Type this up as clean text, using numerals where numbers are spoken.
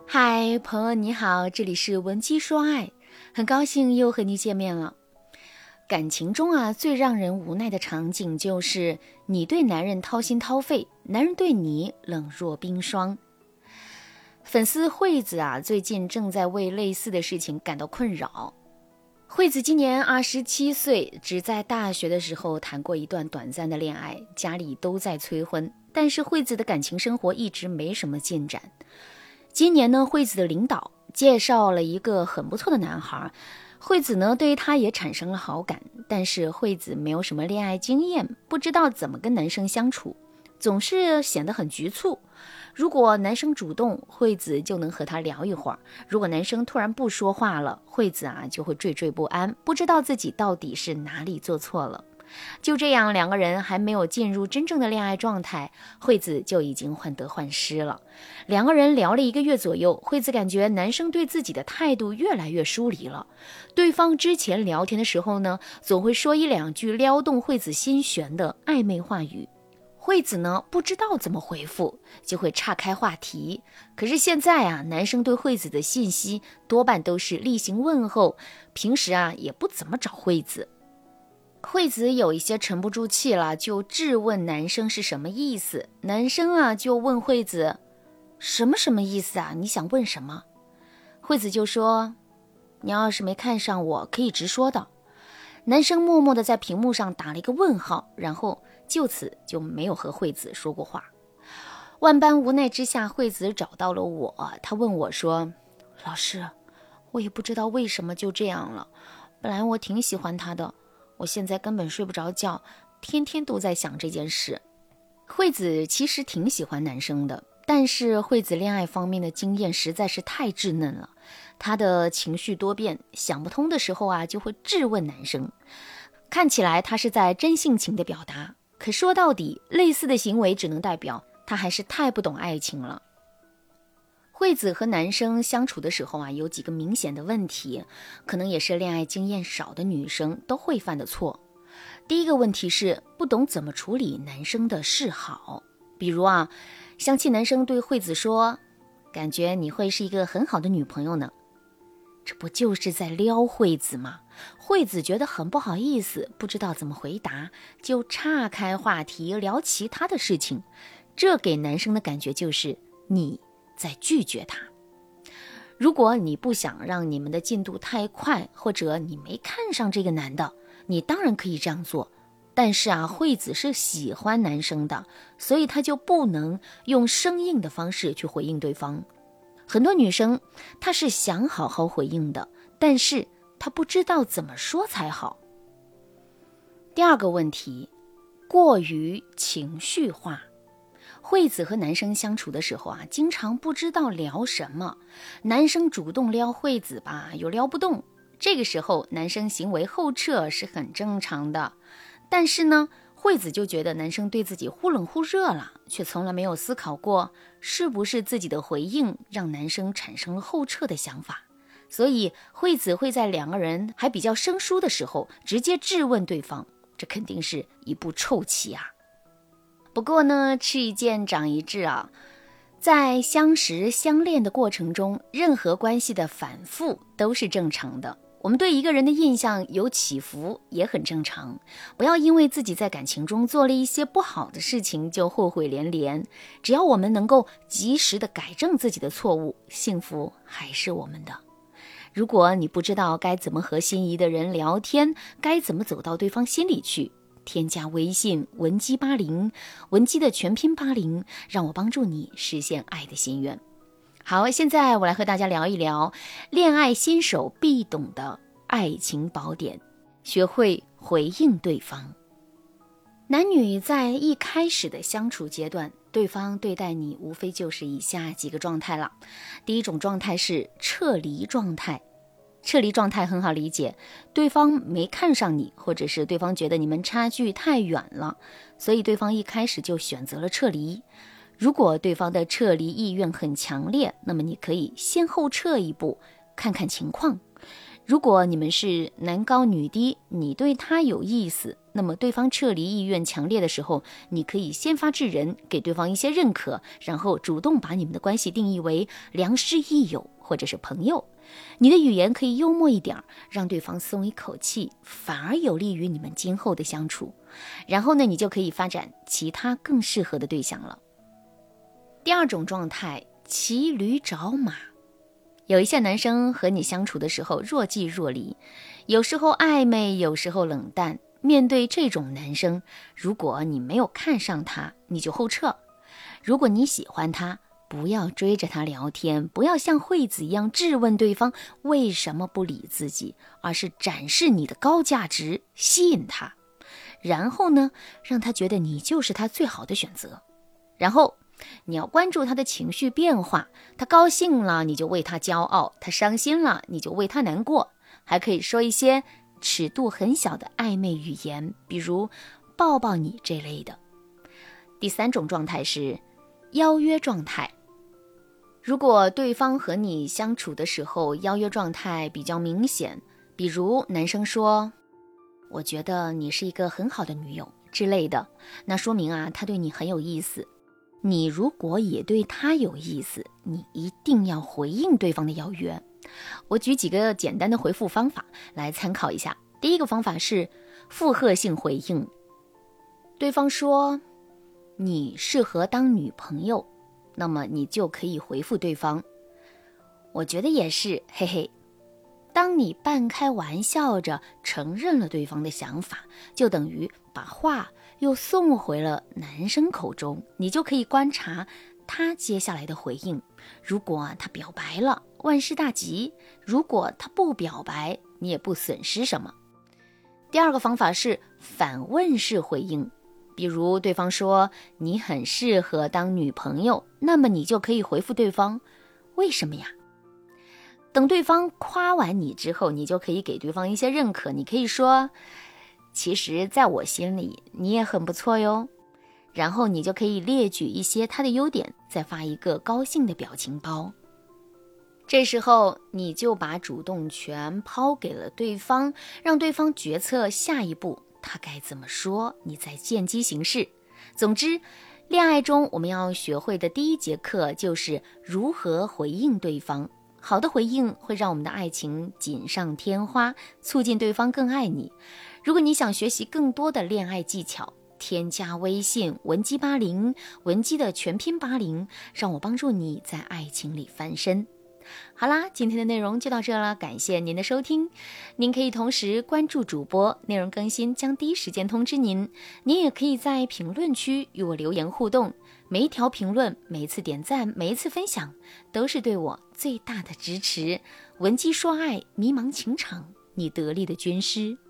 嗨，朋友你好，这里是文姬说爱，很高兴又和你见面了。感情中最让人无奈的场景就是你对男人掏心掏肺，男人对你冷若冰霜。粉丝惠子最近正在为类似的事情感到困扰。惠子今年27岁，只在大学的时候谈过一段短暂的恋爱，家里都在催婚，但是惠子的感情生活一直没什么进展。今年呢，惠子的领导介绍了一个很不错的男孩，惠子呢对他也产生了好感，但是惠子没有什么恋爱经验，不知道怎么跟男生相处，总是显得很局促。如果男生主动，惠子就能和他聊一会儿；如果男生突然不说话了，惠子就会惴惴不安，不知道自己到底是哪里做错了。就这样，两个人还没有进入真正的恋爱状态，惠子就已经患得患失了。两个人聊了1个月左右，惠子感觉男生对自己的态度越来越疏离了。对方之前聊天的时候呢，总会说1、2句撩动惠子心弦的暧昧话语，惠子呢不知道怎么回复，就会岔开话题。可是现在男生对惠子的信息多半都是例行问候，平时也不怎么找惠子。惠子有一些沉不住气了，就质问男生是什么意思。男生就问惠子，什么意思你想问什么？惠子就说，你要是没看上我，可以直说的。男生默默地在屏幕上打了一个问号，然后就此就没有和惠子说过话。万般无奈之下，惠子找到了我，她问我说，老师，我也不知道为什么就这样了，本来我挺喜欢他的，我现在根本睡不着觉，天天都在想这件事。惠子其实挺喜欢男生的，但是惠子恋爱方面的经验实在是太稚嫩了，她的情绪多变，想不通的时候就会质问男生。看起来她是在真性情的表达，可说到底，类似的行为只能代表她还是太不懂爱情了。惠子和男生相处的时候有几个明显的问题，可能也是恋爱经验少的女生都会犯的错。第一个问题是不懂怎么处理男生的示好，比如相亲男生对惠子说，感觉你会是一个很好的女朋友呢，这不就是在撩惠子吗？惠子觉得很不好意思，不知道怎么回答，就岔开话题聊其他的事情，这给男生的感觉就是你在拒绝他。如果你不想让你们的进度太快，或者你没看上这个男的，你当然可以这样做，但是惠子是喜欢男生的，所以她就不能用生硬的方式去回应对方。很多女生她是想好好回应的，但是她不知道怎么说才好。第二个问题，过于情绪化。惠子和男生相处的时候经常不知道聊什么，男生主动撩惠子又撩不动，这个时候男生行为后撤是很正常的，但是呢，惠子就觉得男生对自己忽冷忽热了，却从来没有思考过是不是自己的回应让男生产生了后撤的想法，所以惠子会在两个人还比较生疏的时候直接质问对方，这肯定是一步臭棋不过呢，吃一堑长一智在相识相恋的过程中，任何关系的反复都是正常的。我们对一个人的印象有起伏也很正常，不要因为自己在感情中做了一些不好的事情就后悔连连。只要我们能够及时的改正自己的错误，幸福还是我们的。如果你不知道该怎么和心仪的人聊天，该怎么走到对方心里去，添加微信文姬80，文姬的全拼80，让我帮助你实现爱的心愿。好，现在我来和大家聊一聊恋爱新手必懂的爱情宝典，学会回应对方。男女在一开始的相处阶段，对方对待你无非就是以下几个状态了。第一种状态是撤离状态。撤离状态很好理解，对方没看上你，或者是对方觉得你们差距太远了，所以对方一开始就选择了撤离。如果对方的撤离意愿很强烈，那么你可以先后撤一步，看看情况。 如果你们是男高女低，你对他有意思，那么对方撤离意愿强烈的时候，你可以先发制人，给对方一些认可，然后主动把你们的关系定义为良师益友或者是朋友。你的语言可以幽默一点，让对方松一口气，反而有利于你们今后的相处。然后呢，你就可以发展其他更适合的对象了。第二种状态，骑驴找马。有一些男生和你相处的时候若即若离，有时候暧昧，有时候冷淡。面对这种男生，如果你没有看上他，你就后撤；如果你喜欢他，不要追着他聊天，不要像惠子一样质问对方为什么不理自己，而是展示你的高价值，吸引他，然后呢，让他觉得你就是他最好的选择。然后你要关注他的情绪变化，他高兴了你就为他骄傲，他伤心了你就为他难过，还可以说一些尺度很小的暧昧语言，比如抱抱你这类的。第三种状态是邀约状态。如果对方和你相处的时候邀约状态比较明显，比如男生说我觉得你是一个很好的女友之类的，那说明他对你很有意思。你如果也对他有意思，你一定要回应对方的邀约。我举几个简单的回复方法来参考一下。第一个方法是附和性回应。对方说你适合当女朋友，那么你就可以回复对方我觉得也是，嘿嘿。当你半开玩笑着承认了对方的想法，就等于把话又送回了男生口中，你就可以观察他接下来的回应。如果他表白了，万事大吉；如果他不表白，你也不损失什么。第二个方法是反问式回应。比如对方说你很适合当女朋友，那么你就可以回复对方为什么呀？等对方夸完你之后，你就可以给对方一些认可，你可以说其实在我心里你也很不错哟，然后你就可以列举一些他的优点，再发一个高兴的表情包。这时候你就把主动权抛给了对方，让对方决策下一步他该怎么说，你再见机行事。总之，恋爱中我们要学会的第一节课就是如何回应对方。好的回应会让我们的爱情锦上添花，促进对方更爱你。如果你想学习更多的恋爱技巧，添加微信文姬80，文姬的全拼80，让我帮助你在爱情里翻身。好啦，今天的内容就到这了，感谢您的收听。您可以同时关注主播，内容更新将第一时间通知您。您也可以在评论区与我留言互动，每一条评论，每一次点赞，每一次分享，都是对我最大的支持。文姬说爱，迷茫情场，你得力的军师。